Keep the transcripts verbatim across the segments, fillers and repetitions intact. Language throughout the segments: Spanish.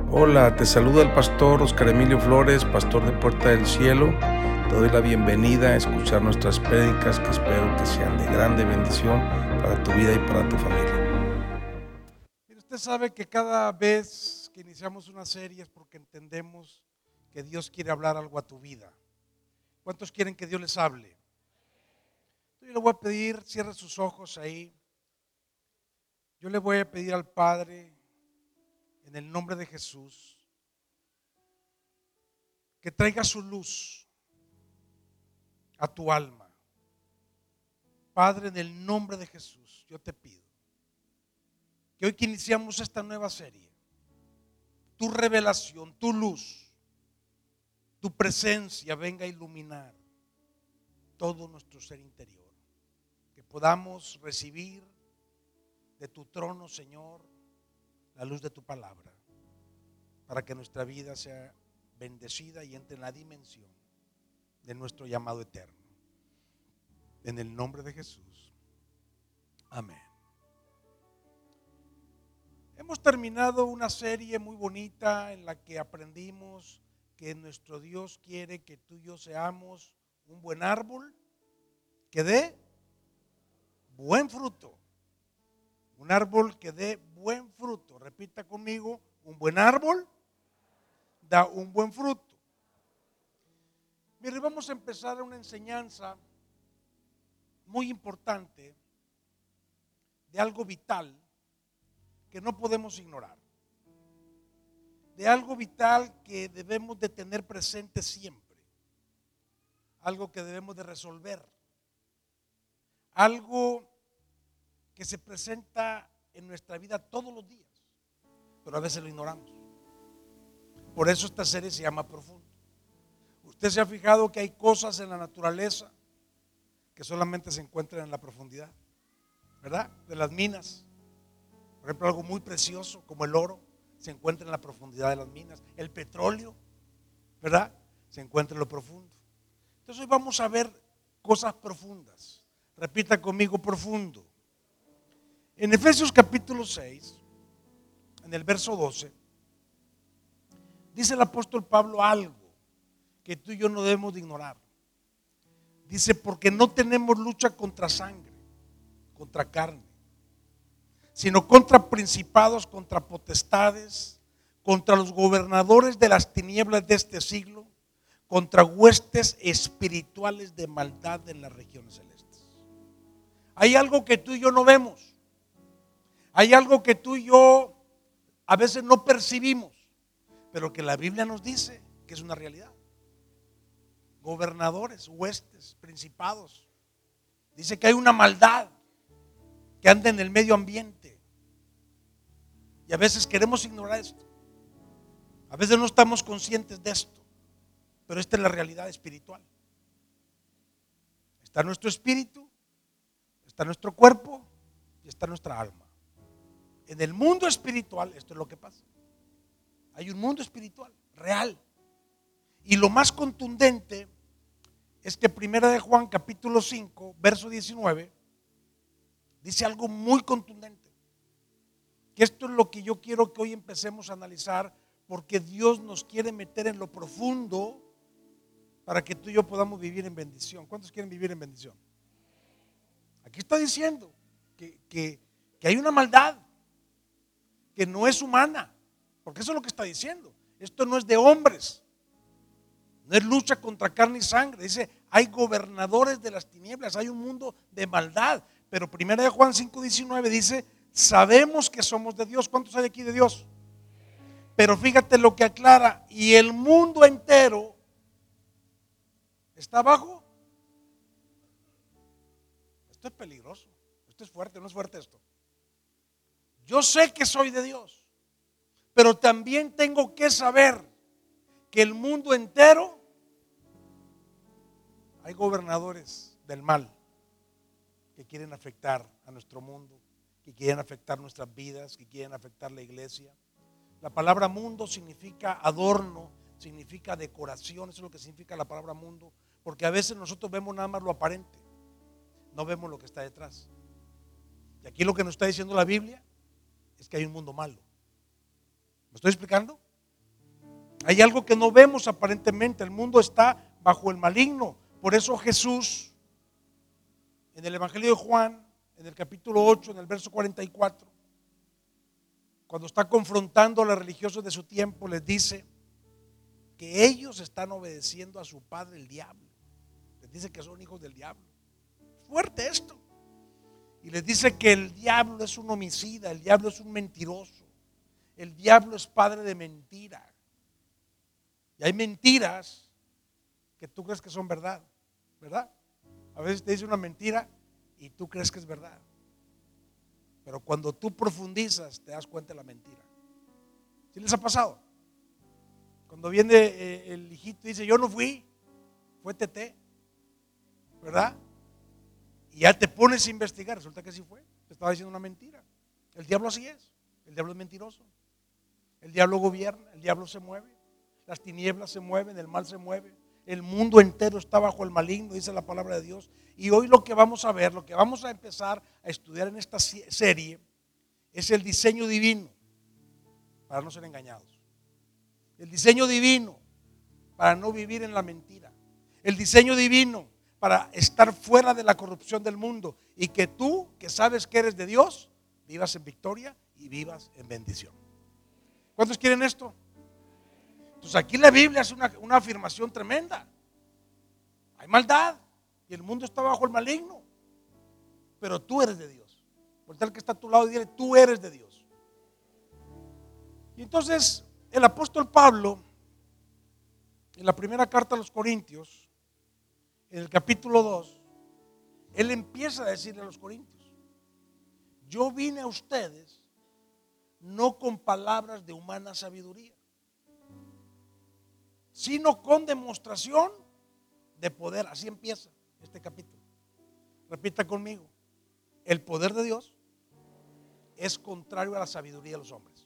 Hola, te saluda el pastor Oscar Emilio Flores, pastor de Puerta del Cielo. Te doy la bienvenida a escuchar nuestras prédicas que espero que sean de grande bendición para tu vida y para tu familia. Mire, usted sabe que cada vez que iniciamos una serie es porque entendemos que Dios quiere hablar algo a tu vida. ¿Cuántos quieren que Dios les hable? Yo le voy a pedir, cierre sus ojos ahí. Yo le voy a pedir al Padre, en el nombre de Jesús, que traiga su luz a tu alma. Padre, en el nombre de Jesús, yo te pido que hoy que iniciamos esta nueva serie, tu revelación, tu luz, tu presencia venga a iluminar todo nuestro ser interior. Que podamos recibir de tu trono, Señor, la luz de tu palabra, para que nuestra vida sea bendecida y entre en la dimensión de nuestro llamado eterno. En el nombre de Jesús. Amén. Hemos terminado una serie muy bonita en la que aprendimos que nuestro Dios quiere que tú y yo seamos un buen árbol que dé buen fruto. Un árbol que dé buen fruto. Repita conmigo, un buen árbol da un buen fruto. Mire, vamos a empezar una enseñanza muy importante de algo vital que no podemos ignorar. De algo vital que debemos de tener presente siempre. Algo que debemos de resolver. Algo que se presenta en nuestra vida todos los días, pero a veces lo ignoramos. Por eso esta serie se llama Profundo. Usted se ha fijado que hay cosas en la naturaleza que solamente se encuentran en la profundidad, ¿verdad? De las minas, por ejemplo, algo muy precioso como el oro se encuentra en la profundidad de las minas. El petróleo, ¿verdad? Se encuentra en lo profundo. Entonces hoy vamos a ver cosas profundas. Repita conmigo, profundo. En Efesios capítulo seis, en el verso doce, dice el apóstol Pablo algo que tú y yo no debemos de ignorar. Dice, porque no tenemos lucha contra sangre, contra carne, sino contra principados, contra potestades, contra los gobernadores de las tinieblas de este siglo, contra huestes espirituales de maldad en las regiones celestes. Hay algo que tú y yo no vemos. Hay algo que tú y yo a veces no percibimos, pero que la Biblia nos dice que es una realidad. Gobernadores, huestes, principados. Dice que hay una maldad que anda en el medio ambiente. Y a veces queremos ignorar esto. A veces no estamos conscientes de esto, pero esta es la realidad espiritual. Está nuestro espíritu, está nuestro cuerpo y está nuestra alma. En el mundo espiritual esto es lo que pasa. Hay un mundo espiritual real. Y lo más contundente es que Primera de Juan capítulo cinco, verso diecinueve, dice algo muy contundente. Que esto es lo que yo quiero que hoy empecemos a analizar, porque Dios nos quiere meter en lo profundo para que tú y yo podamos vivir en bendición. ¿Cuántos quieren vivir en bendición? Aquí está diciendo que, que, que hay una maldad que no es humana, porque eso es lo que está diciendo. Esto no es de hombres, no es lucha contra carne y sangre. Dice, hay gobernadores de las tinieblas, hay un mundo de maldad. Pero Primera de Juan cinco diecinueve dice, sabemos que somos de Dios. ¿Cuántos hay aquí de Dios? Pero fíjate lo que aclara, y el mundo entero está abajo. Esto es peligroso, esto es fuerte, no es fuerte esto. Yo sé que soy de Dios, pero también tengo que saber que el mundo entero hay gobernadores del mal que quieren afectar a nuestro mundo, que quieren afectar nuestras vidas, que quieren afectar la iglesia. La palabra mundo significa adorno, significa decoración, eso es lo que significa la palabra mundo, porque a veces nosotros vemos nada más lo aparente, no vemos lo que está detrás. Y aquí lo que nos está diciendo la Biblia es que hay un mundo malo. ¿Me estoy explicando? Hay algo que no vemos aparentemente. El mundo está bajo el maligno. Por eso Jesús, en el Evangelio de Juan, en el capítulo ocho, en el verso cuarenta y cuatro, cuando está confrontando a los religiosos de su tiempo, les dice que ellos están obedeciendo a su padre el diablo. Les dice que son hijos del diablo. Fuerte esto. Y les dice que el diablo es un homicida, el diablo es un mentiroso, el diablo es padre de mentira. Y hay mentiras que tú crees que son verdad, ¿verdad? A veces te dice una mentira y tú crees que es verdad. Pero cuando tú profundizas te das cuenta de la mentira. ¿Sí les ha pasado? Cuando viene eh, el hijito y dice, yo no fui, fue Tete, ¿verdad? Y ya te pones a investigar, resulta que sí fue, te estaba diciendo una mentira. El diablo así es, el diablo es mentiroso. El diablo gobierna, el diablo se mueve, las tinieblas se mueven, el mal se mueve. El mundo entero está bajo el maligno, dice la palabra de Dios. Y hoy lo que vamos a ver, lo que vamos a empezar a estudiar en esta serie es el diseño divino para no ser engañados. El diseño divino para no vivir en la mentira. El diseño divino para estar fuera de la corrupción del mundo. Y que tú, que sabes que eres de Dios, vivas en victoria y vivas en bendición. ¿Cuántos quieren esto? Entonces aquí la Biblia hace una, una afirmación tremenda. Hay maldad y el mundo está bajo el maligno, pero tú eres de Dios. Por tal que está a tu lado y dile, tú eres de Dios. Y entonces el apóstol Pablo, en la primera carta a los Corintios, en el capítulo dos, él empieza a decirle a los corintios, yo vine a ustedes no con palabras de humana sabiduría, sino con demostración de poder. Así empieza este capítulo. Repita conmigo, el poder de Dios es contrario a la sabiduría de los hombres.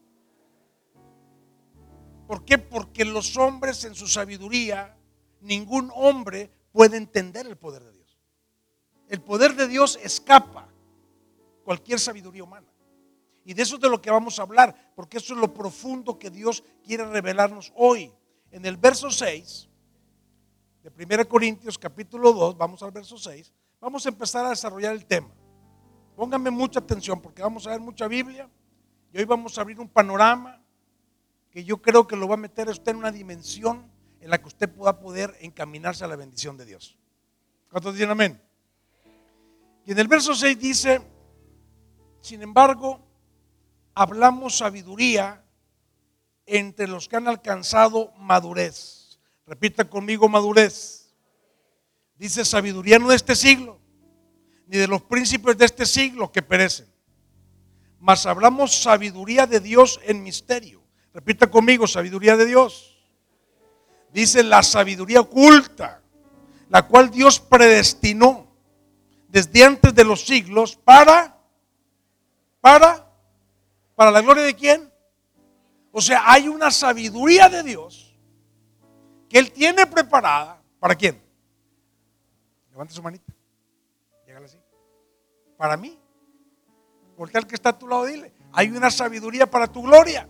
¿Por qué? Porque los hombres en su sabiduría, ningún hombre puede entender el poder de Dios. El poder de Dios escapa cualquier sabiduría humana. Y de eso es de lo que vamos a hablar, porque eso es lo profundo que Dios quiere revelarnos hoy. En el verso seis de primera Corintios capítulo dos, vamos al verso seis, vamos a empezar a desarrollar el tema. Pónganme mucha atención porque vamos a ver mucha Biblia y hoy vamos a abrir un panorama que yo creo que lo va a meter a usted en una dimensión en la que usted pueda poder encaminarse a la bendición de Dios. ¿Cuántos dicen amén? Y en el verso seis dice, sin embargo, hablamos sabiduría entre los que han alcanzado madurez. Repita conmigo, madurez. Dice, sabiduría no de este siglo, ni de los príncipes de este siglo que perecen, mas hablamos sabiduría de Dios en misterio. Repita conmigo, sabiduría de Dios. Dice, la sabiduría oculta, la cual Dios predestinó desde antes de los siglos para, para, para la gloria de ¿quién? O sea, hay una sabiduría de Dios que Él tiene preparada. ¿Para quién? Levante su manita. Llegale así. Para mí. Porque al que está a tu lado, dile, hay una sabiduría para tu gloria.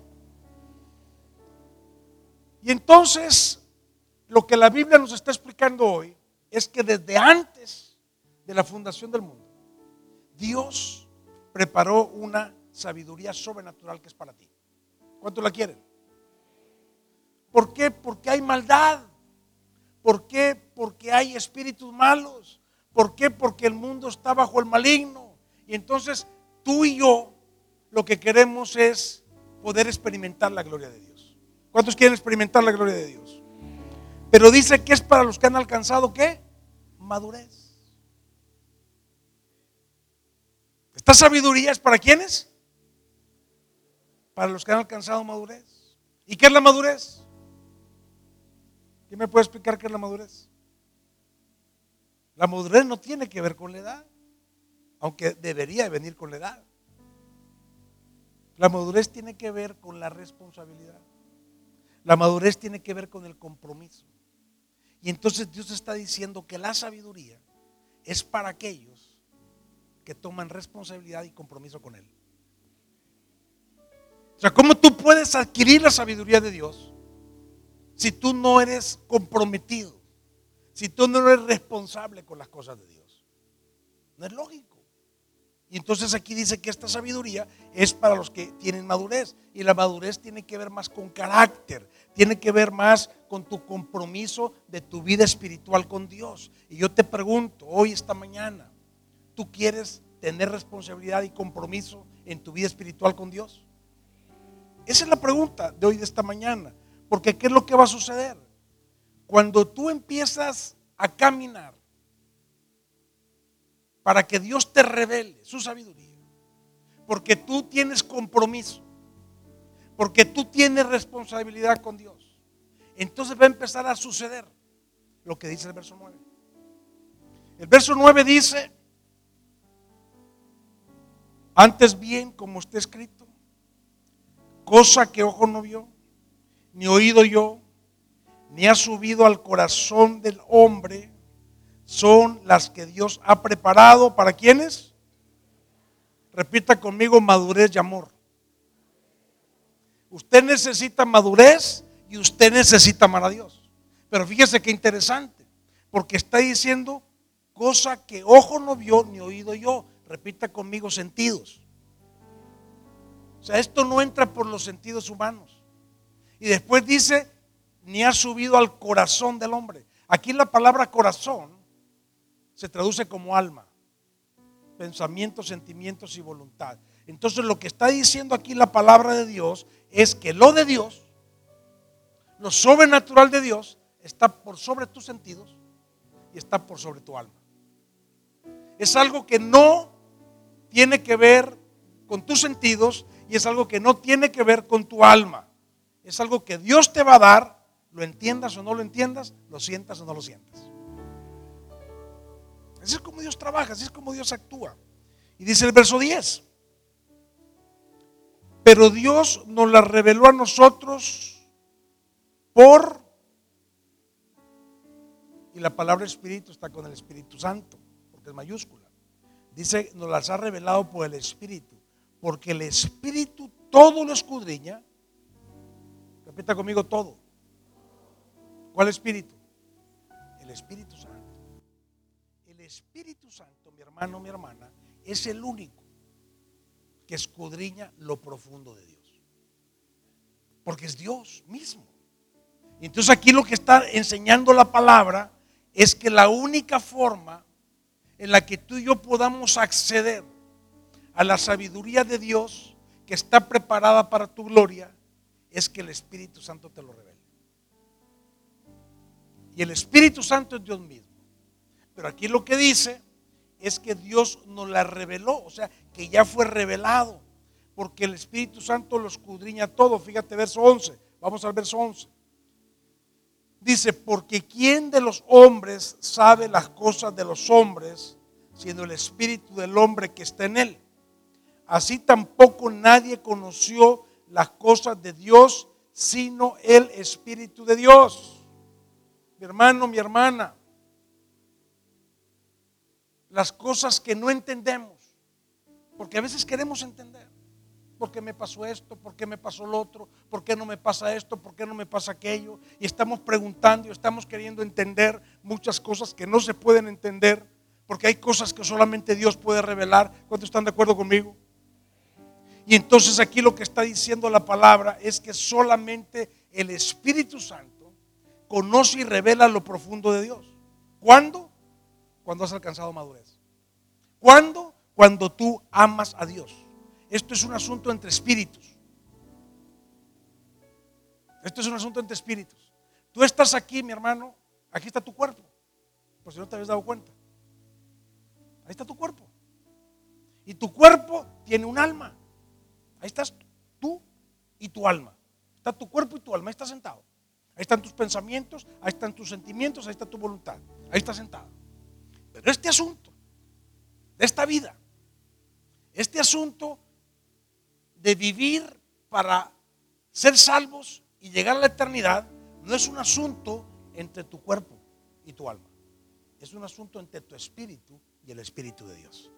Y entonces, lo que la Biblia nos está explicando hoy es que desde antes de la fundación del mundo, Dios preparó una sabiduría sobrenatural que es para ti. ¿Cuántos la quieren? ¿Por qué? Porque hay maldad. ¿Por qué? Porque hay espíritus malos. ¿Por qué? Porque el mundo está bajo el maligno. Y entonces tú y yo lo que queremos es poder experimentar la gloria de Dios. ¿Cuántos quieren experimentar la gloria de Dios? Pero dice que es para los que han alcanzado ¿qué? Madurez. Esta sabiduría es para ¿quiénes? Para los que han alcanzado madurez. ¿Y qué es la madurez? ¿Quién me puede explicar qué es la madurez? La madurez no tiene que ver con la edad, aunque debería de venir con la edad. La madurez tiene que ver con la responsabilidad. La madurez tiene que ver con el compromiso. Y entonces Dios está diciendo que la sabiduría es para aquellos que toman responsabilidad y compromiso con Él. O sea, ¿cómo tú puedes adquirir la sabiduría de Dios? si tú no eres comprometido, si tú no eres responsable con las cosas de Dios? No es lógico. Y entonces aquí dice que esta sabiduría es para los que tienen madurez. Y la madurez tiene que ver más con carácter, tiene que ver más con tu compromiso de tu vida espiritual con Dios. Y yo te pregunto, hoy, esta mañana, ¿tú quieres tener responsabilidad y compromiso en tu vida espiritual con Dios? Esa es la pregunta de hoy, de esta mañana. Porque ¿qué es lo que va a suceder? Cuando tú empiezas a caminar para que Dios te revele su sabiduría, porque tú tienes compromiso, porque tú tienes responsabilidad con Dios, entonces va a empezar a suceder lo que dice el verso nueve. El verso nueve dice: antes bien, como está escrito, cosa que ojo no vio, ni oído yo, ni ha subido al corazón del hombre, son las que Dios ha preparado. ¿Para quiénes? Repita conmigo: madurez y amor. Usted necesita madurez y usted necesita amar a Dios. Pero fíjese qué interesante, porque está diciendo cosa que ojo no vio ni oído yo. Repita conmigo: sentidos. O sea, esto no entra por los sentidos humanos. Y después dice: ni ha subido al corazón del hombre. Aquí la palabra corazón se traduce como alma, pensamientos, sentimientos y voluntad. Entonces lo que está diciendo aquí la palabra de Dios es que lo de Dios, lo sobrenatural de Dios, está por sobre tus sentidos y está por sobre tu alma. Es algo que no tiene que ver con tus sentidos y es algo que no tiene que ver con tu alma. Es algo que Dios te va a dar, lo entiendas o no lo entiendas, lo sientas o no lo sientas. Así es como Dios trabaja, así es como Dios actúa. Y dice el verso diez: pero Dios nos la reveló a nosotros por, y la palabra espíritu está con el Espíritu Santo, porque es mayúscula. Dice, nos las ha revelado por el Espíritu, porque el Espíritu todo lo escudriña. Repita conmigo: todo. ¿Cuál Espíritu? El Espíritu Santo. El Espíritu Santo, mi hermano, mi hermana, es el único que escudriña lo profundo de Dios, porque es Dios mismo. Y entonces aquí lo que está enseñando la palabra es que la única forma en la que tú y yo podamos acceder a la sabiduría de Dios que está preparada para tu gloria es que el Espíritu Santo te lo revele. Y el Espíritu Santo es Dios mismo. Pero aquí lo que dice es que Dios nos la reveló, o sea, que ya fue revelado, porque el Espíritu Santo lo escudriña todo. Fíjate, verso once, vamos al verso once. Dice, porque ¿quién de los hombres sabe las cosas de los hombres, sino el espíritu del hombre que está en él? Así tampoco nadie conoció las cosas de Dios, sino el Espíritu de Dios. Mi hermano, mi hermana, las cosas que no entendemos, porque a veces queremos entender. ¿Por qué me pasó esto? ¿Por qué me pasó lo otro? ¿Por qué no me pasa esto? ¿Por qué no me pasa aquello? Y estamos preguntando y estamos queriendo entender muchas cosas que no se pueden entender, porque hay cosas que solamente Dios puede revelar. ¿Cuántos están de acuerdo conmigo? Y entonces aquí lo que está diciendo la palabra es que solamente el Espíritu Santo conoce y revela lo profundo de Dios. ¿Cuándo? Cuando has alcanzado madurez. ¿Cuándo? Cuando tú amas a Dios. Esto es un asunto entre espíritus. Esto es un asunto entre espíritus. Tú estás aquí, mi hermano, aquí está tu cuerpo, por si no te habías dado cuenta. Ahí está tu cuerpo. Y tu cuerpo tiene un alma. Ahí estás tú y tu alma. Está tu cuerpo y tu alma, ahí está sentado. Ahí están tus pensamientos, ahí están tus sentimientos, ahí está tu voluntad. Ahí está sentado. Pero este asunto de esta vida, este asunto de vivir para ser salvos y llegar a la eternidad, no es un asunto entre tu cuerpo y tu alma. Es un asunto entre tu espíritu y el Espíritu de Dios.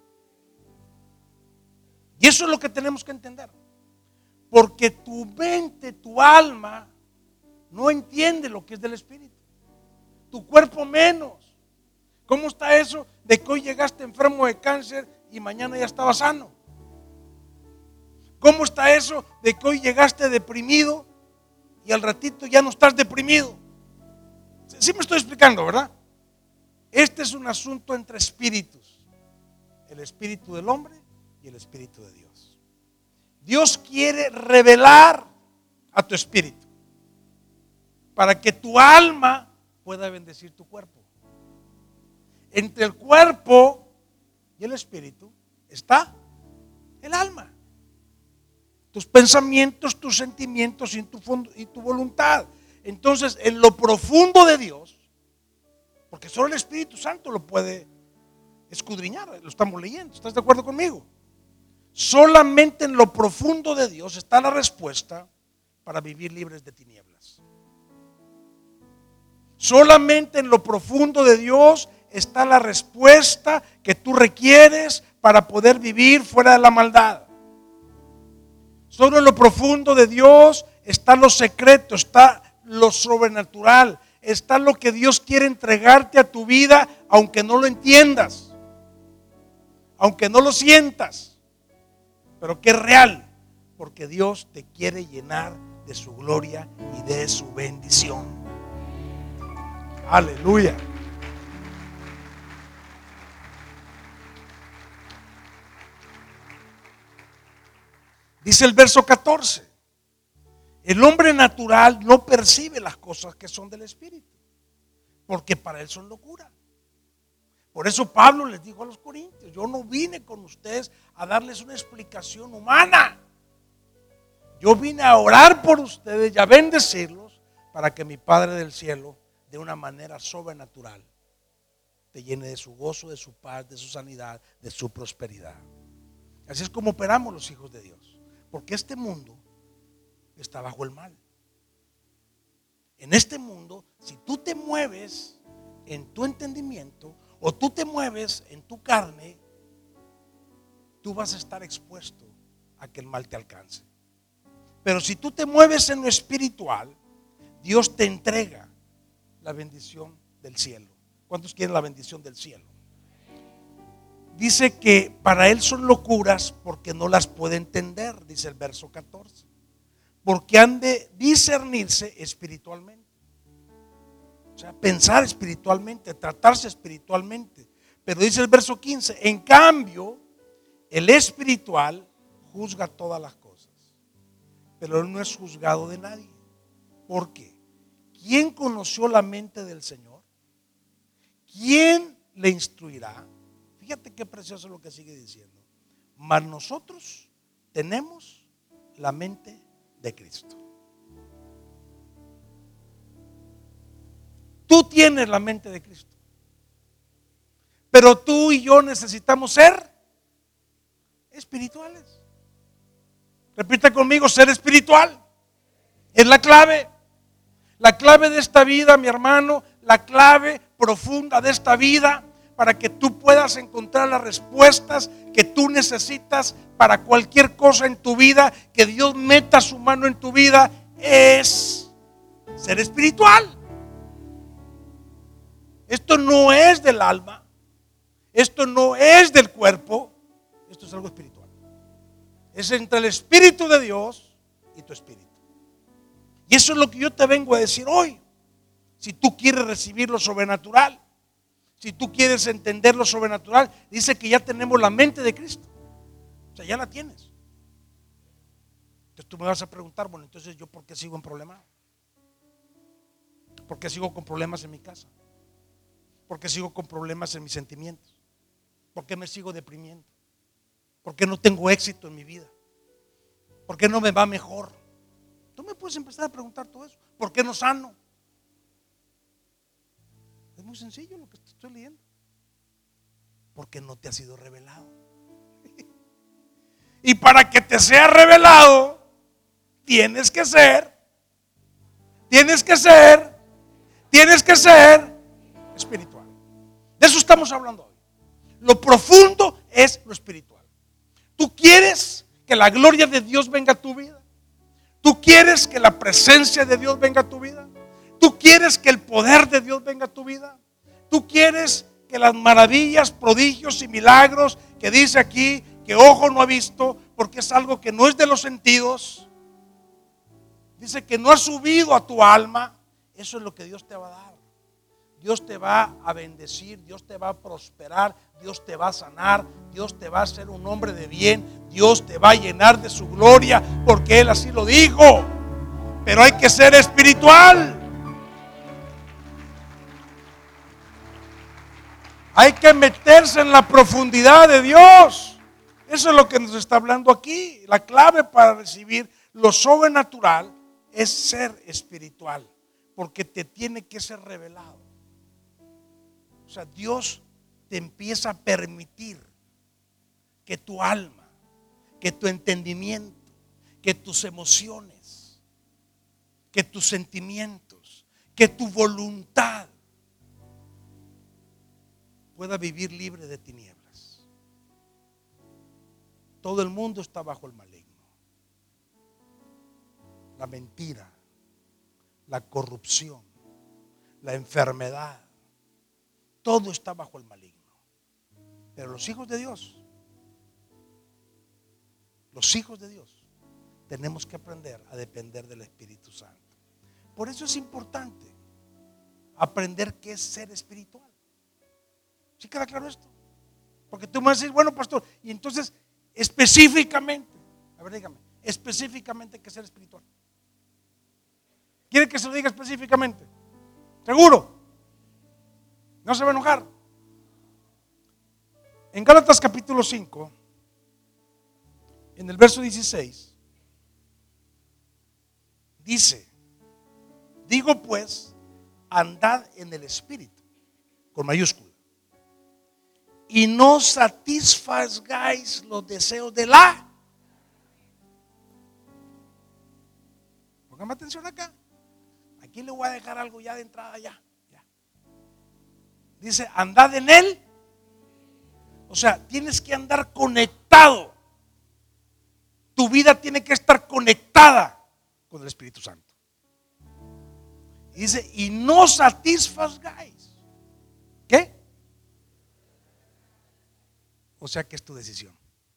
Y eso es lo que tenemos que entender. Porque tu mente, tu alma, no entiende lo que es del Espíritu. Tu cuerpo menos. ¿Cómo está eso de que hoy llegaste enfermo de cáncer y mañana ya estabas sano? ¿Cómo está eso de que hoy llegaste deprimido y al ratito ya no estás deprimido? Sí me estoy explicando, ¿verdad? Este es un asunto entre espíritus. El espíritu del hombre y el espíritu de Dios. Dios quiere revelar a tu espíritu para que tu alma pueda bendecir tu cuerpo. Entre el cuerpo y el espíritu está el alma. Tus pensamientos, tus sentimientos y tu, y tu voluntad. Entonces, en lo profundo de Dios, porque solo el Espíritu Santo lo puede escudriñar, lo estamos leyendo, ¿estás de acuerdo conmigo? Solamente en lo profundo de Dios está la respuesta para vivir libres de tinieblas. Solamente en lo profundo de Dios está la respuesta que tú requieres para poder vivir fuera de la maldad. Solo en lo profundo de Dios está lo secreto, está lo sobrenatural, está lo que Dios quiere entregarte a tu vida, aunque no lo entiendas, aunque no lo sientas, pero que es real, porque Dios te quiere llenar de su gloria y de su bendición. Aleluya. Dice el verso catorce: el hombre natural no percibe las cosas que son del Espíritu, porque para él son locura. Por eso Pablo les dijo a los corintios: yo no vine con ustedes a darles una explicación humana. Yo vine a orar por ustedes y a bendecirlos para que mi Padre del cielo, de una manera sobrenatural, te llene de su gozo, de su paz, de su sanidad, de su prosperidad. Así es como operamos los hijos de Dios. Porque este mundo está bajo el mal. En este mundo, si tú te mueves en tu entendimiento o tú te mueves en tu carne, tú vas a estar expuesto a que el mal te alcance. Pero si tú te mueves en lo espiritual, Dios te entrega la bendición del cielo. ¿Cuántos quieren la bendición del cielo? Dice que para él son locuras porque no las puede entender, dice el verso catorce. Porque han de discernirse espiritualmente. O sea, pensar espiritualmente, tratarse espiritualmente. Pero dice el verso quince: en cambio, el espiritual juzga todas las cosas, pero él no es juzgado de nadie. ¿Por qué? ¿Quién conoció la mente del Señor? ¿Quién le instruirá? Fíjate qué precioso lo que sigue diciendo. Mas nosotros tenemos la mente de Cristo. Tú tienes la mente de Cristo. Pero tú y yo necesitamos ser espirituales. Repita conmigo: ser espiritual. Es la clave. La clave de esta vida, mi hermano, la clave profunda de esta vida, para que tú puedas encontrar las respuestas que tú necesitas para cualquier cosa en tu vida, que Dios meta su mano en tu vida, es ser espiritual. Esto no es del alma, esto no es del cuerpo, esto es algo espiritual. Es entre el Espíritu de Dios y tu espíritu. Y eso es lo que yo te vengo a decir hoy. Si tú quieres recibir lo sobrenatural, si tú quieres entender lo sobrenatural, dice que ya tenemos la mente de Cristo. O sea, ya la tienes. Entonces tú me vas a preguntar: bueno, entonces yo ¿por qué sigo en problemas? ¿Por qué sigo con problemas en mi casa? ¿Por qué sigo con problemas en mis sentimientos? ¿Por qué me sigo deprimiendo? ¿Por qué no tengo éxito en mi vida? ¿Por qué no me va mejor? Tú me puedes empezar a preguntar todo eso. ¿Por qué no sano? Es muy sencillo lo que te estoy leyendo. Porque no te ha sido revelado. Y para que te sea revelado, tienes que ser, tienes que ser, tienes que ser espiritual. De eso estamos hablando hoy. Lo profundo es lo espiritual. Tú quieres que la gloria de Dios venga a tu vida. Tú ¿Tú quieres que la presencia de Dios venga a tu vida? ¿Tú quieres que el poder de Dios venga a tu vida? ¿Tú quieres que las maravillas, prodigios y milagros que dice aquí que ojo no ha visto, porque es algo que no es de los sentidos, dice que no ha subido a tu alma? Eso es lo que Dios te va a dar. Dios te va a bendecir, Dios te va a prosperar, Dios te va a sanar, Dios te va a hacer un hombre de bien, Dios te va a llenar de su gloria, porque Él así lo dijo. Pero hay que ser espiritual. Hay que meterse en la profundidad de Dios. Eso es lo que nos está hablando aquí. La clave para recibir lo sobrenatural es ser espiritual, porque te tiene que ser revelado. O sea, Dios te empieza a permitir que tu alma, que tu entendimiento, que tus emociones, que tus sentimientos, que tu voluntad pueda vivir libre de tinieblas. Todo el mundo está bajo el maligno. La mentira, la corrupción, la enfermedad, todo está bajo el maligno. Pero los hijos de Dios, los hijos de Dios, tenemos que aprender a depender del Espíritu Santo. Por eso es importante aprender qué es ser espiritual. ¿Sí queda claro esto? Porque tú me vas a decir, bueno, pastor, y entonces específicamente, a ver, dígame, específicamente qué es ser espiritual. ¿Quiere que se lo diga específicamente? ¿Seguro? ¿No se va a enojar? En Gálatas capítulo cinco, en el verso dieciséis, dice: digo pues, andad en el Espíritu, con mayúscula, y no satisfagáis los deseos de la. Póngame atención acá. Aquí le voy a dejar algo ya de entrada ya. ya. Dice, andad en él. O sea, tienes que andar conectado. Tu vida tiene que estar conectada con el Espíritu Santo. Y dice, y no satisfagáis. ¿Qué? O sea que es tu decisión.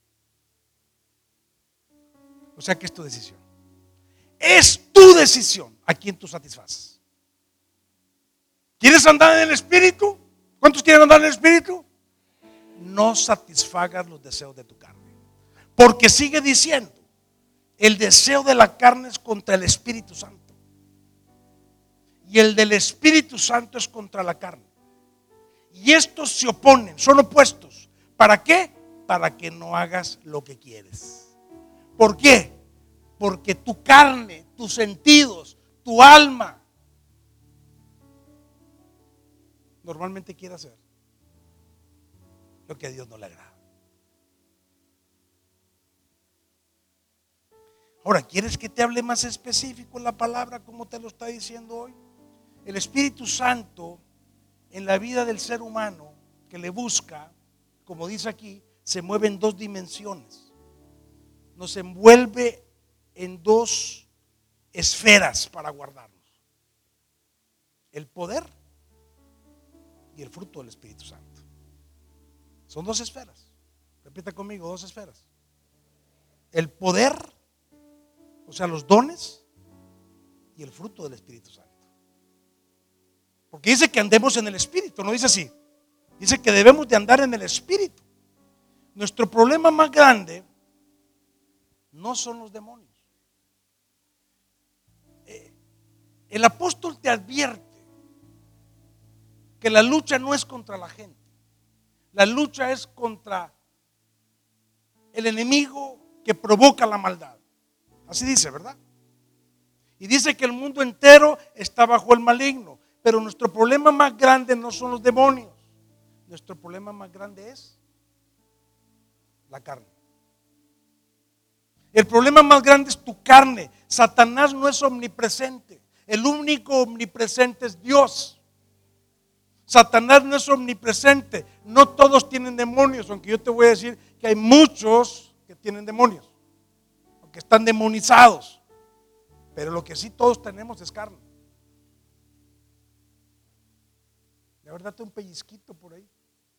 O sea que es tu decisión. Es tu decisión a quién tú satisfaces. ¿Quieres andar en el Espíritu? ¿Cuántos quieren andar en el Espíritu? No satisfagas los deseos de tu carne. Porque sigue diciendo, el deseo de la carne es contra el Espíritu Santo. Y el del Espíritu Santo es contra la carne. Y estos se oponen, son opuestos. ¿Para qué? Para que no hagas lo que quieres. ¿Por qué? Porque tu carne, tus sentidos, tu alma normalmente quiere hacer lo que a Dios no le agrada. Ahora, ¿quieres que te hable más específico en la palabra como te lo está diciendo hoy? El Espíritu Santo en la vida del ser humano que le busca, como dice aquí, se mueve en dos dimensiones. Nos envuelve en dos esferas para guardarnos: el poder y el fruto del Espíritu Santo. Son dos esferas. Repita conmigo, dos esferas. El poder, o sea, los dones, y el fruto del Espíritu Santo. Porque dice que andemos en el Espíritu, no dice así. Dice que debemos de andar en el Espíritu. Nuestro problema más grande no son los demonios. El apóstol te advierte que la lucha no es contra la gente. La lucha es contra el enemigo que provoca la maldad. Así dice, ¿verdad? Y dice que el mundo entero está bajo el maligno. Pero nuestro problema más grande no son los demonios. Nuestro problema más grande es la carne. El problema más grande es tu carne. Satanás no es omnipresente. El único omnipresente es Dios. Satanás no es omnipresente. No todos tienen demonios, aunque yo te voy a decir que hay muchos que tienen demonios, que están demonizados. Pero lo que sí todos tenemos es carne. De verdad, te un pellizquito por ahí.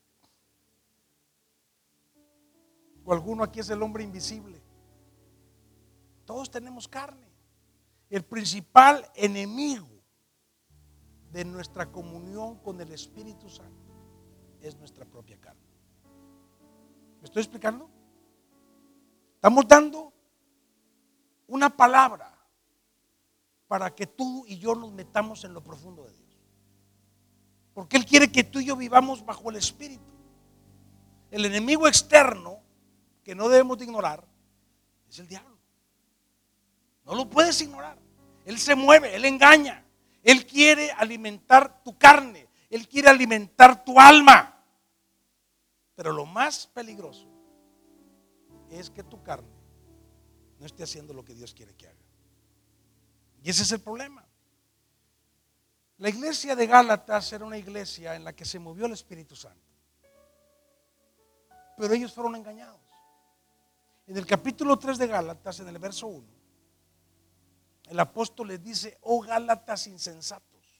O alguno aquí es el hombre invisible. Todos tenemos carne. El principal enemigo de nuestra comunión con el Espíritu Santo es nuestra propia carne. ¿Me estoy explicando? Estamos dando una palabra para que tú y yo nos metamos en lo profundo de Dios. Porque Él quiere que tú y yo vivamos bajo el Espíritu. El enemigo externo que no debemos de ignorar es el diablo. No lo puedes ignorar. Él se mueve, Él engaña. Él quiere alimentar tu carne. Él quiere alimentar tu alma. Pero lo más peligroso es que tu carne no esté haciendo lo que Dios quiere que haga. Y ese es el problema. La iglesia de Gálatas era una iglesia en la que se movió el Espíritu Santo. Pero ellos fueron engañados. En el capítulo tres de Gálatas, en el verso uno, el apóstol les dice: oh Gálatas insensatos,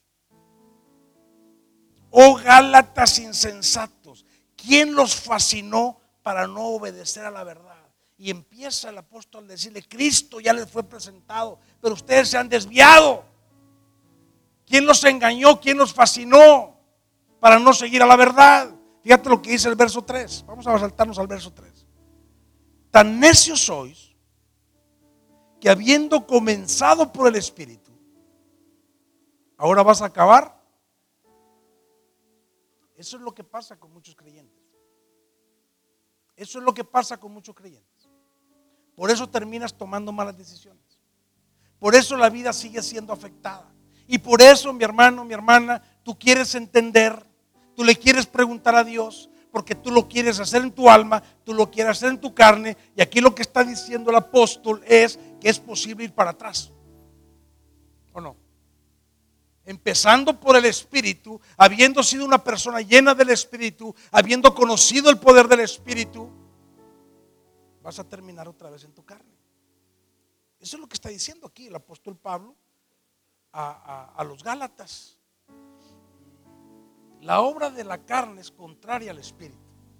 oh Gálatas insensatos, ¿quién los fascinó para no obedecer a la verdad? Y empieza el apóstol a decirle: Cristo ya les fue presentado, pero ustedes se han desviado. ¿Quién los engañó? ¿Quién los fascinó para no seguir a la verdad? Fíjate lo que dice el verso tres. Vamos a saltarnos al verso tres. Tan necios sois que habiendo comenzado por el Espíritu, ahora vas a acabar. Eso es lo que pasa con muchos creyentes. Eso es lo que pasa con muchos creyentes. Por eso terminas tomando malas decisiones. Por eso la vida sigue siendo afectada. Y por eso, mi hermano, mi hermana, tú quieres entender, tú le quieres preguntar a Dios, porque tú lo quieres hacer en tu alma, tú lo quieres hacer en tu carne. Y aquí lo que está diciendo el apóstol es que es posible ir para atrás. ¿O no? Empezando por el Espíritu, habiendo sido una persona llena del Espíritu, habiendo conocido el poder del Espíritu, vas a terminar otra vez en tu carne. Eso es lo que está diciendo aquí el apóstol Pablo a, a, a los Gálatas. La obra de la carne es contraria al Espíritu.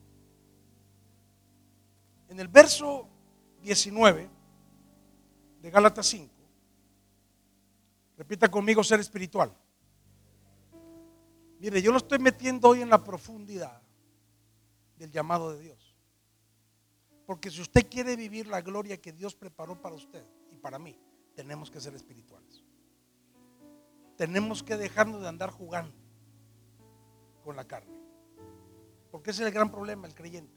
En el verso diecinueve de Gálatas cinco, repita conmigo: ser espiritual. Mire, yo lo estoy metiendo hoy en la profundidad del llamado de Dios. Porque si usted quiere vivir la gloria que Dios preparó para usted y para mí, tenemos que ser espirituales. Tenemos que dejarnos de andar jugando con la carne. Porque ese es el gran problema, el creyente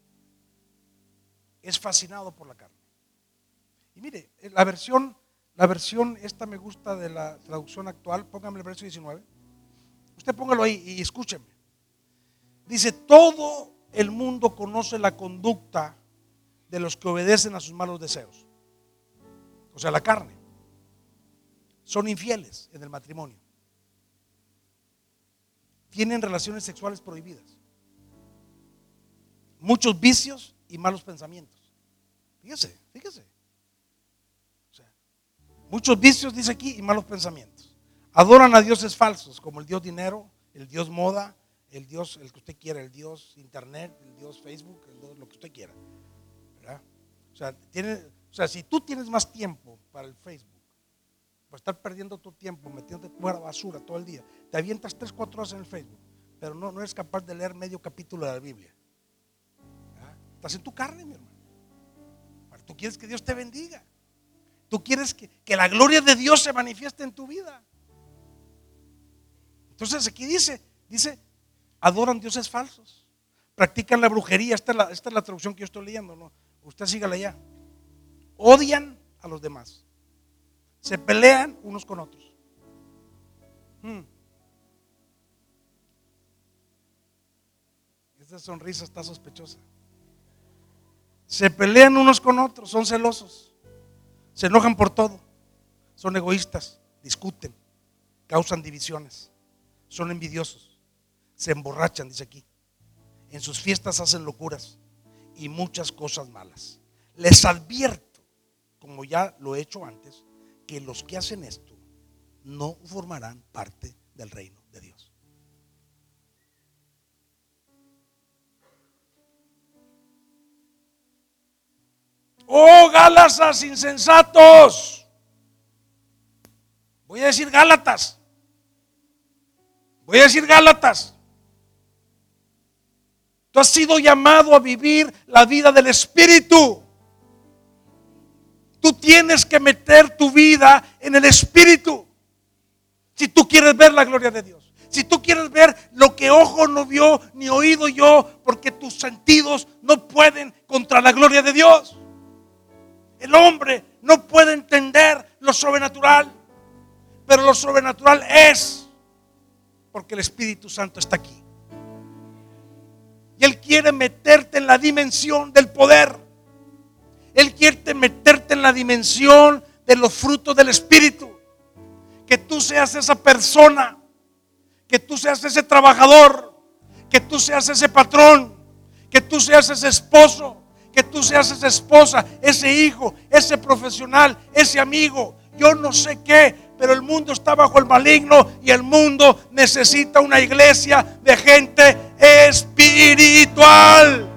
es fascinado por la carne. Y mire, la versión La versión esta me gusta de la traducción actual. Póngame el verso diecinueve. Usted póngalo ahí y escúcheme. Dice: todo el mundo conoce la conducta de los que obedecen a sus malos deseos. O sea, la carne. Son infieles en el matrimonio. Tienen relaciones sexuales prohibidas. Muchos vicios y malos pensamientos. Fíjese, fíjese. Muchos vicios, dice aquí, y malos pensamientos. Adoran a dioses falsos, como el dios dinero, el dios moda, el dios, el que usted quiera, el dios internet, el dios Facebook, el dios, lo que usted quiera, ¿verdad? O sea, tiene, o sea, si tú tienes más tiempo para el Facebook, por estar perdiendo tu tiempo, metiéndote fuera basura todo el día, te avientas tres, cuatro horas en el Facebook, pero no, no eres capaz de leer medio capítulo de la Biblia, ¿verdad? Estás en tu carne, mi hermano. Tú quieres que Dios te bendiga. Tú quieres que, que la gloria de Dios se manifieste en tu vida. Entonces aquí dice, dice, adoran dioses falsos, practican la brujería. Esta es la, esta es la traducción que yo estoy leyendo, ¿no? Usted sígala ya. Odian a los demás, se pelean unos con otros. hmm. Esta sonrisa está sospechosa. Se pelean unos con otros, son celosos, se enojan por todo, son egoístas, discuten, causan divisiones, son envidiosos, se emborrachan, dice aquí, en sus fiestas hacen locuras y muchas cosas malas. Les advierto, como ya lo he hecho antes, que los que hacen esto no formarán parte del reino de Dios. Oh, Gálatas insensatos. Voy a decir Gálatas. Voy a decir Gálatas. Tú has sido llamado a vivir la vida del Espíritu. Tú tienes que meter tu vida en el Espíritu. Si tú quieres ver la gloria de Dios. Si tú quieres ver lo que ojo no vio ni oído yo, porque tus sentidos no pueden contra la gloria de Dios. El hombre no puede entender lo sobrenatural, pero lo sobrenatural es porque el Espíritu Santo está aquí. Y Él quiere meterte en la dimensión del poder. Él quiere meterte en la dimensión de los frutos del Espíritu. Que tú seas esa persona, que tú seas ese trabajador, que tú seas ese patrón, que tú seas ese esposo, que tú seas esa esposa, ese hijo, ese profesional, ese amigo. Yo no sé qué, pero el mundo está bajo el maligno y el mundo necesita una iglesia de gente espiritual.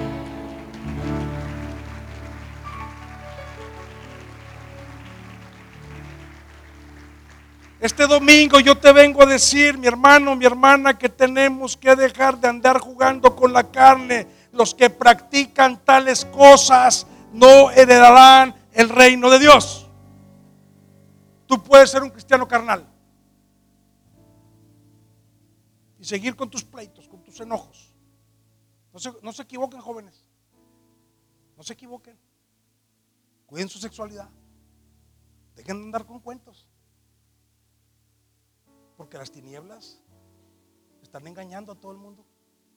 Este domingo yo te vengo a decir, mi hermano, mi hermana, que tenemos que dejar de andar jugando con la carne. Los que practican tales cosas no heredarán el reino de Dios. Tú puedes ser un cristiano carnal y seguir con tus pleitos, con tus enojos. No se, no se equivoquen, jóvenes. No se equivoquen. Cuiden su sexualidad. Dejen de andar con cuentos. Porque las tinieblas están engañando a todo el mundo.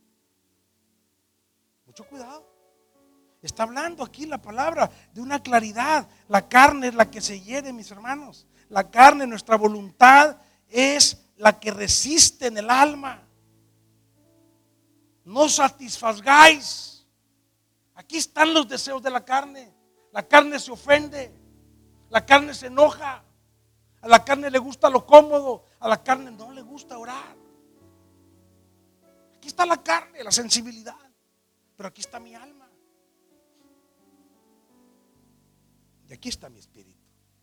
Mucho cuidado. Está hablando aquí la palabra de una claridad. La carne es la que se hiere, mis hermanos. La carne, nuestra voluntad, es la que resiste en el alma. No satisfagáis. Aquí están los deseos de la carne. La carne se ofende. La carne se enoja. A la carne le gusta lo cómodo. A la carne no le gusta orar. Aquí está la carne, la sensibilidad. Pero aquí está mi alma. Y aquí está mi espíritu.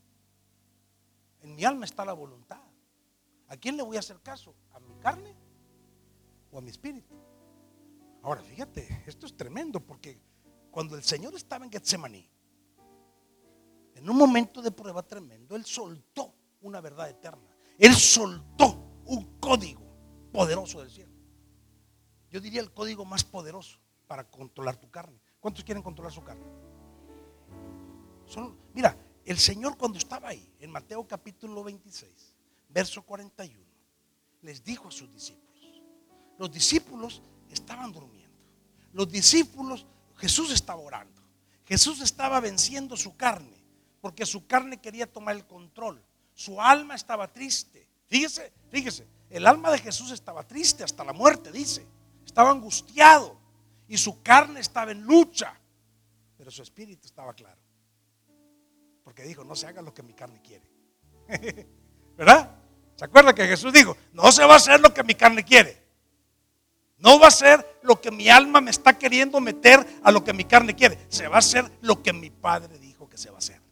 En mi alma está la voluntad. ¿A quién le voy a hacer caso? ¿A mi carne o a mi espíritu? Ahora fíjate, esto es tremendo, porque cuando el Señor estaba en Getsemaní, en un momento de prueba tremendo, Él soltó una verdad eterna. Él soltó un código poderoso del cielo. Yo diría el código más poderoso para controlar tu carne. ¿Cuántos quieren controlar su carne? Son, mira, el Señor cuando estaba ahí, en Mateo capítulo veintiséis, verso cuarenta y uno, les dijo a sus discípulos. Los discípulos estaban durmiendo. Los discípulos, Jesús estaba orando. Jesús estaba venciendo su carne, porque su carne quería tomar el control. Su alma estaba triste. Fíjese, fíjese, el alma de Jesús estaba triste hasta la muerte, dice. Estaba angustiado y su carne estaba en lucha, pero su espíritu estaba claro. Porque dijo, no se haga lo que mi carne quiere. ¿Verdad? ¿Se acuerda que Jesús dijo, no se va a hacer lo que mi carne quiere? No va a ser lo que mi alma me está queriendo meter a lo que mi carne quiere. Se va a hacer lo que mi Padre dijo que se va a hacer.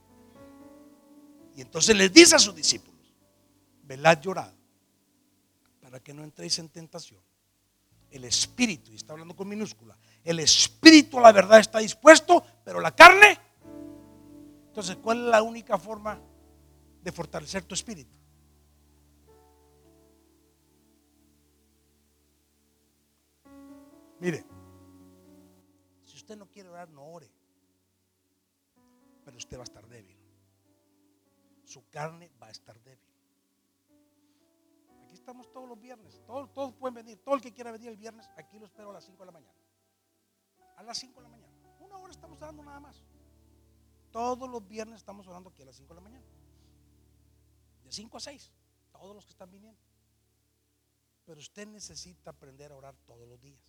Y entonces les dice a sus discípulos, velad llorad para que no entréis en tentación. El espíritu, y está hablando con minúscula, el espíritu a la verdad está dispuesto, pero la carne. Entonces, ¿cuál es la única forma de fortalecer tu espíritu? Mire, si usted no quiere orar, no ore, pero usted va a estar débil. Su carne va a estar débil. Aquí estamos todos los viernes, todos, todos pueden venir, todo el que quiera venir el viernes, aquí lo espero a las cinco de la mañana. A las cinco de la mañana, una hora estamos orando nada más. Todos los viernes estamos orando aquí a las cinco de la mañana. De cinco a seis, todos los que están viniendo. Pero usted necesita aprender a orar todos los días.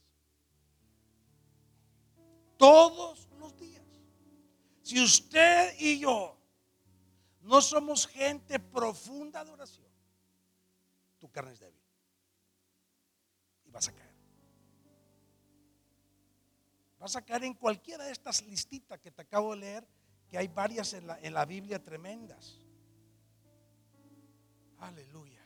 Todos los días. Si usted y yo no somos gente profunda de oración, tu carne es débil y vas a caer. Vas a caer en cualquiera de estas listitas que te acabo de leer, que hay varias en la, en la Biblia tremendas. Aleluya.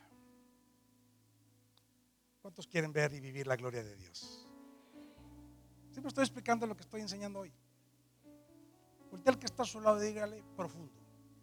¿Cuántos quieren ver y vivir la gloria de Dios? Siempre estoy explicando lo que estoy enseñando hoy. Voltea al que está a su lado y dígale: profundo.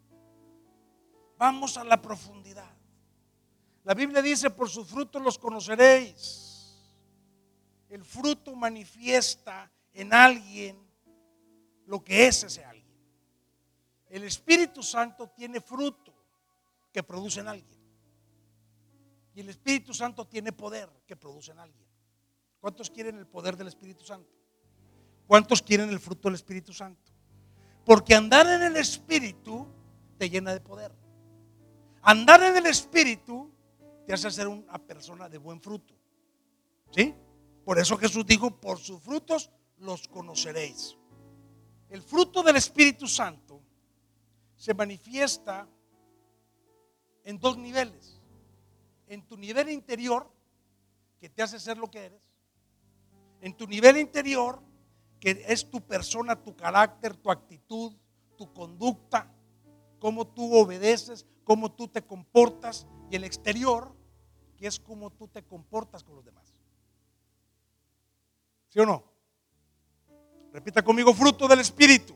Vamos a la profundidad. La Biblia dice: por sus frutos los conoceréis. El fruto manifiesta en alguien lo que es ese alguien. El Espíritu Santo tiene fruto que produce en alguien. Y el Espíritu Santo tiene poder que produce en alguien. ¿Cuántos quieren el poder del Espíritu Santo? ¿Cuántos quieren el fruto del Espíritu Santo? Porque andar en el Espíritu te llena de poder. Andar en el Espíritu te hace ser una persona de buen fruto. ¿Sí? Por eso Jesús dijo: por sus frutos los conoceréis. El fruto del Espíritu Santo se manifiesta en dos niveles. En tu nivel interior, que te hace ser lo que eres. En tu nivel interior, que es tu persona, tu carácter, tu actitud, tu conducta, cómo tú obedeces, cómo tú te comportas. Y el exterior, que es cómo tú te comportas con los demás. ¿Sí o no? Repita conmigo: fruto del Espíritu.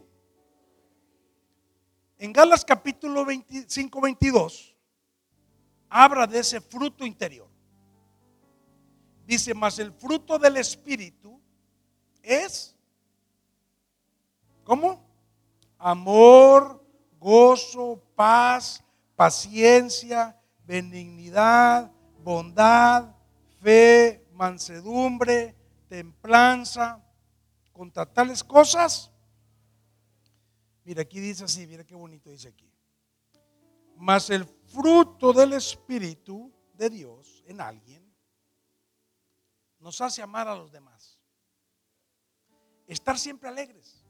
En Gálatas capítulo veinticinco, veintidós habla de ese fruto interior. Dice: mas el fruto del Espíritu es, ¿cómo? Amor, gozo, paz, paciencia, benignidad, bondad, fe, mansedumbre, templanza. Contra tales cosas, mira, aquí dice así, mira qué bonito dice aquí: mas el fruto del Espíritu de Dios en alguien nos hace amar a los demás, estar siempre alegres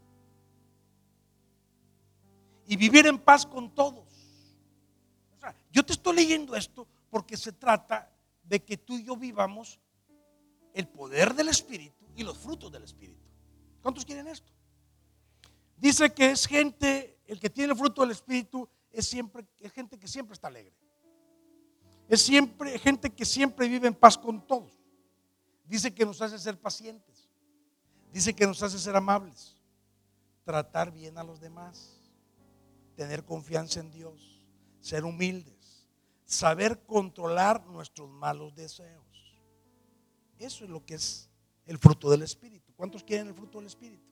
y vivir en paz con todos. O sea, yo te estoy leyendo esto porque se trata de que tú y yo vivamos el poder del Espíritu y los frutos del Espíritu. ¿Cuántos quieren esto? Dice que es gente, el que tiene el fruto del Espíritu es siempre, es gente que siempre está alegre. Es siempre gente que siempre vive en paz con todos. Dice que nos hace ser pacientes. Dice que nos hace ser amables, tratar bien a los demás, tener confianza en Dios, ser humildes, saber controlar nuestros malos deseos. Eso es lo que es el fruto del Espíritu. ¿Cuántos quieren el fruto del Espíritu?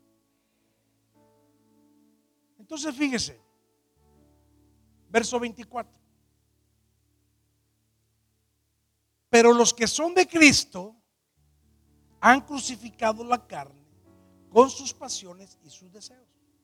Entonces fíjese, verso veinticuatro. Pero los que son de Cristo han crucificado la carne con sus pasiones y sus deseos.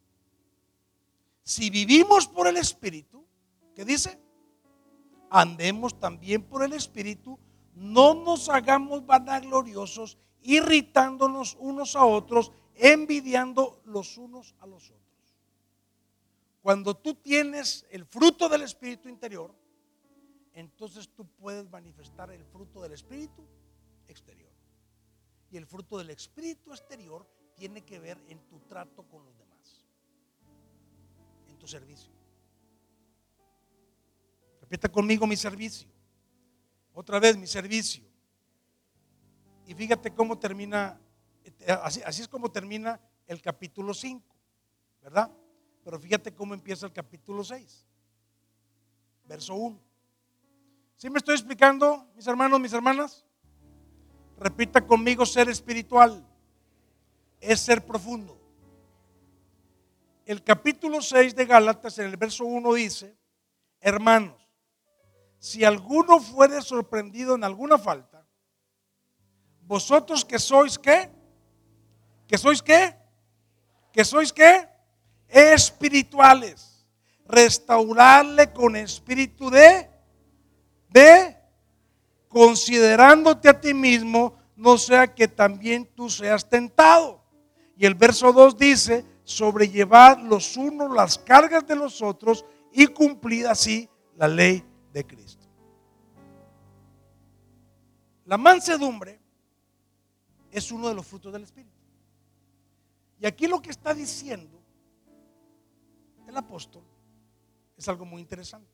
Si vivimos por el Espíritu, ¿qué dice? Andemos también por el Espíritu, no nos hagamos vanagloriosos, irritándonos unos a otros, envidiando los unos a los otros. Cuando tú tienes el fruto del Espíritu interior, entonces tú puedes manifestar el fruto del Espíritu exterior. Y el fruto del Espíritu exterior tiene que ver en tu trato con los demás, en tu servicio. Repita conmigo: mi servicio. Otra vez, mi servicio. Y fíjate cómo termina, así, así es como termina el capítulo cinco, ¿verdad? Pero fíjate cómo empieza el capítulo seis, verso uno. ¿Sí me estoy explicando, mis hermanos, mis hermanas? Repita conmigo: ser espiritual es ser profundo. El capítulo seis de Gálatas, en el verso uno dice: hermanos, si alguno fuere sorprendido en alguna falta, vosotros que sois ¿qué? ¿Que sois qué? ¿Que sois qué? Espirituales, restaurarle con espíritu de de considerándote a ti mismo, no sea que también tú seas tentado. Y el verso dos dice: sobrellevad los unos las cargas de los otros y cumplida así la ley de Cristo. La mansedumbre es uno de los frutos del Espíritu. Y aquí lo que está diciendo el apóstol es algo muy interesante.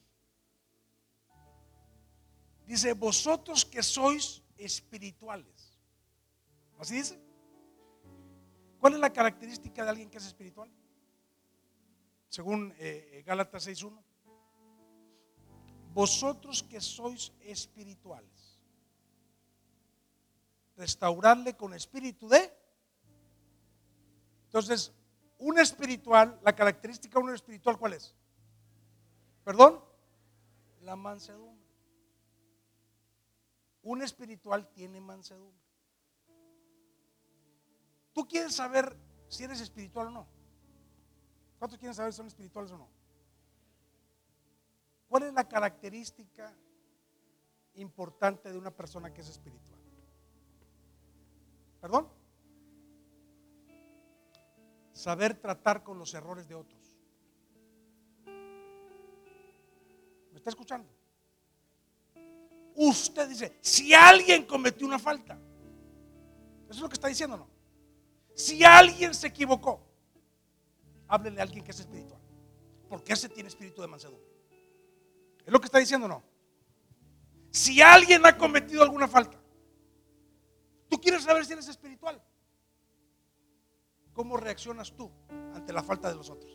Dice, vosotros que sois espirituales. ¿Así dice? ¿Cuál es la característica de alguien que es espiritual? Según eh, Gálatas seis uno. Vosotros que sois espirituales, restaurarle con espíritu de. Entonces, un espiritual, la característica de un espiritual, ¿cuál es? ¿Perdón? La mansedumbre. Un espiritual tiene mansedumbre. ¿Tú quieres saber si eres espiritual o no? ¿Cuántos quieren saber si son espirituales o no? ¿Cuál es la característica importante de una persona que es espiritual? ¿Perdón? Saber tratar con los errores de otros. ¿Me está escuchando? Usted dice, si alguien cometió una falta, eso es lo que está diciendo, ¿no? Si alguien se equivocó, háblele a alguien que es espiritual, porque ese tiene espíritu de mansedumbre. ¿Es lo que está diciendo, no? Si alguien ha cometido alguna falta, tú quieres saber si eres espiritual. ¿Cómo reaccionas tú ante la falta de los otros?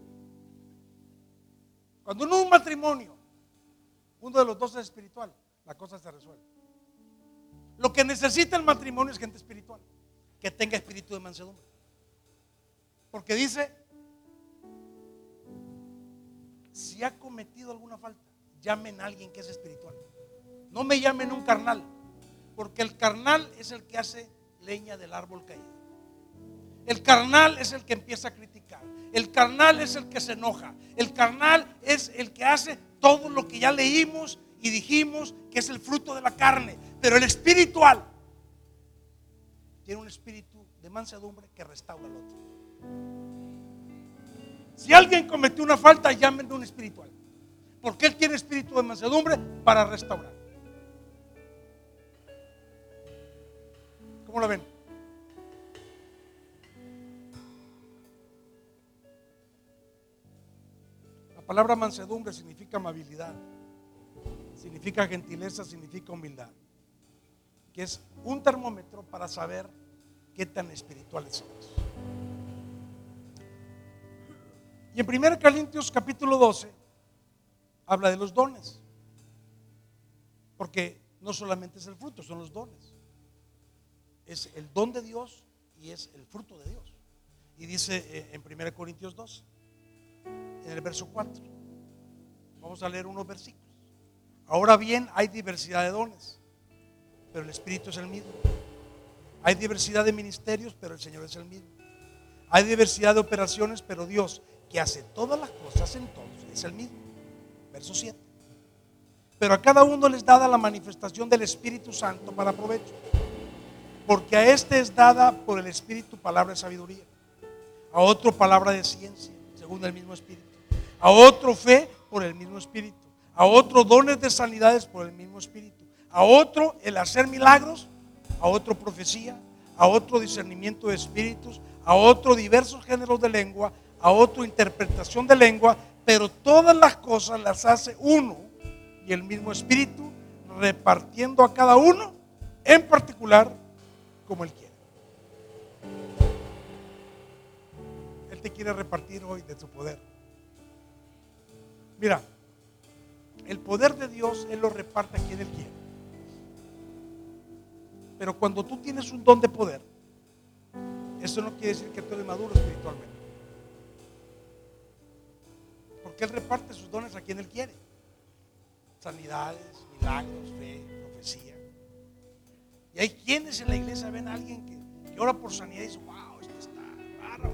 Cuando en un matrimonio uno de los dos es espiritual, la cosa se resuelve. Lo que necesita el matrimonio es gente espiritual, que tenga espíritu de mansedumbre. Porque dice, si ha cometido alguna falta, llamen a alguien que es espiritual. No me llamen un carnal, porque el carnal es el que hace leña del árbol caído. El carnal es el que empieza a criticar. El carnal es el que se enoja. El carnal es el que hace todo lo que ya leímos y dijimos que es el fruto de la carne. Pero el espiritual tiene un espíritu de mansedumbre que restaura al otro. Si alguien cometió una falta, llámenle a un espiritual, porque él tiene espíritu de mansedumbre para restaurar. ¿Cómo lo ven? La palabra mansedumbre significa amabilidad, significa gentileza, significa humildad, que es un termómetro para saber qué tan espirituales somos. Y en primera Corintios capítulo doce habla de los dones, porque no solamente es el fruto, son los dones. Es el don de Dios y es el fruto de Dios. Y dice en primera Corintios doce, en el verso cuatro, vamos a leer unos versículos. Ahora bien, hay diversidad de dones, pero el Espíritu es el mismo. Hay diversidad de ministerios, pero el Señor es el mismo. Hay diversidad de operaciones, pero Dios, que hace todas las cosas en todos, es el mismo. Verso siete. Pero a cada uno les dada la manifestación del Espíritu Santo para provecho, porque a este es dada por el Espíritu palabra de sabiduría, a otro palabra de ciencia, según el mismo Espíritu, a otro fe por el mismo Espíritu, a otro dones de sanidades por el mismo Espíritu, a otro el hacer milagros, a otro profecía, a otro discernimiento de espíritus, a otro diversos géneros de lengua, a otro interpretación de lengua, pero todas las cosas las hace uno y el mismo Espíritu, repartiendo a cada uno en particular como Él quiere. Él te quiere repartir hoy de su poder. Mira, el poder de Dios Él lo reparte a quien Él quiere. Pero cuando tú tienes un don de poder, eso no quiere decir que tú eres maduro espiritualmente, porque Él reparte sus dones a quien Él quiere. Sanidades, milagros, fe, profecía. Y hay quienes en la iglesia ven a alguien que, que ora por sanidad y dicen, wow, esto está raro.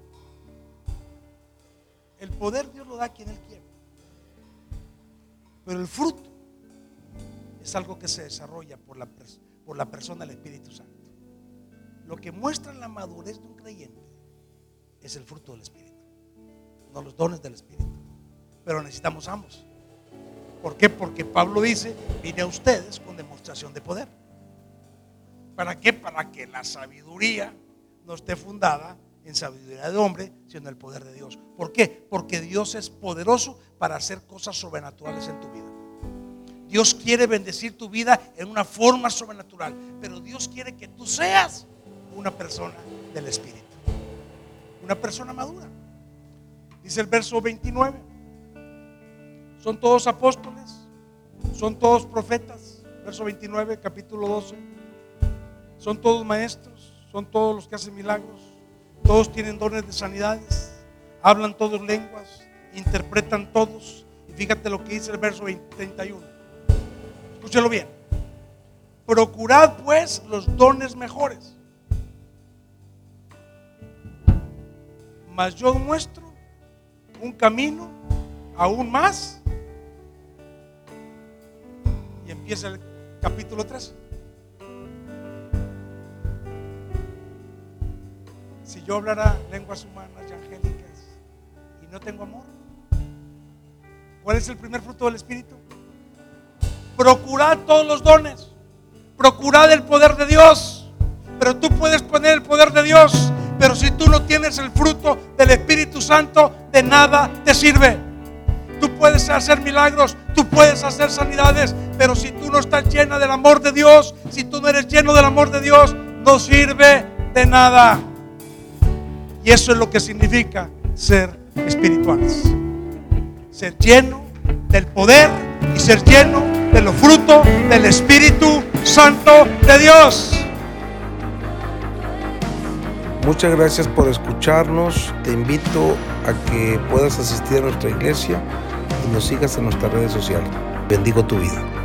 El poder Dios lo da a quien Él quiere, pero el fruto es algo que se desarrolla por la, por la persona del Espíritu Santo. Lo que muestra la madurez de un creyente es el fruto del Espíritu, no los dones del Espíritu. pero necesitamos ambos. ¿Por qué? Porque Pablo dice: vine a ustedes con demostración de poder. ¿Para qué? Para que la sabiduría no esté fundada en sabiduría de hombre, sino en el poder de Dios. ¿Por qué? Porque Dios es poderoso para hacer cosas sobrenaturales en tu vida. Dios quiere bendecir tu vida en una forma sobrenatural, pero Dios quiere que tú seas una persona del Espíritu, una persona madura. Dice el verso veintinueve: son todos apóstoles, son todos profetas. Verso veintinueve, capítulo doce. Son todos maestros, son todos los que hacen milagros, todos tienen dones de sanidades, hablan todos lenguas, interpretan todos. Y fíjate lo que dice el verso treinta y uno. Escúchelo bien: procurad pues los dones mejores, mas yo muestro un camino aún más. Y empieza el capítulo trece. Si yo hablara lenguas humanas y angélicas y no tengo amor, ¿cuál es el primer fruto del Espíritu? Procurad todos los dones, procurad el poder de Dios. Pero tú puedes poner el poder de Dios, pero si tú no tienes el fruto del Espíritu Santo, de nada te sirve. Tú puedes hacer milagros, tú puedes hacer sanidades, pero si tú no estás llena del amor de Dios, si tú no eres lleno del amor de Dios, no sirve de nada. Y eso es lo que significa ser espirituales: ser lleno del poder y ser lleno de los frutos del Espíritu Santo de Dios. Muchas gracias por escucharnos. Te invito a que puedas asistir a nuestra iglesia y nos sigas en nuestras redes sociales. Bendigo tu vida.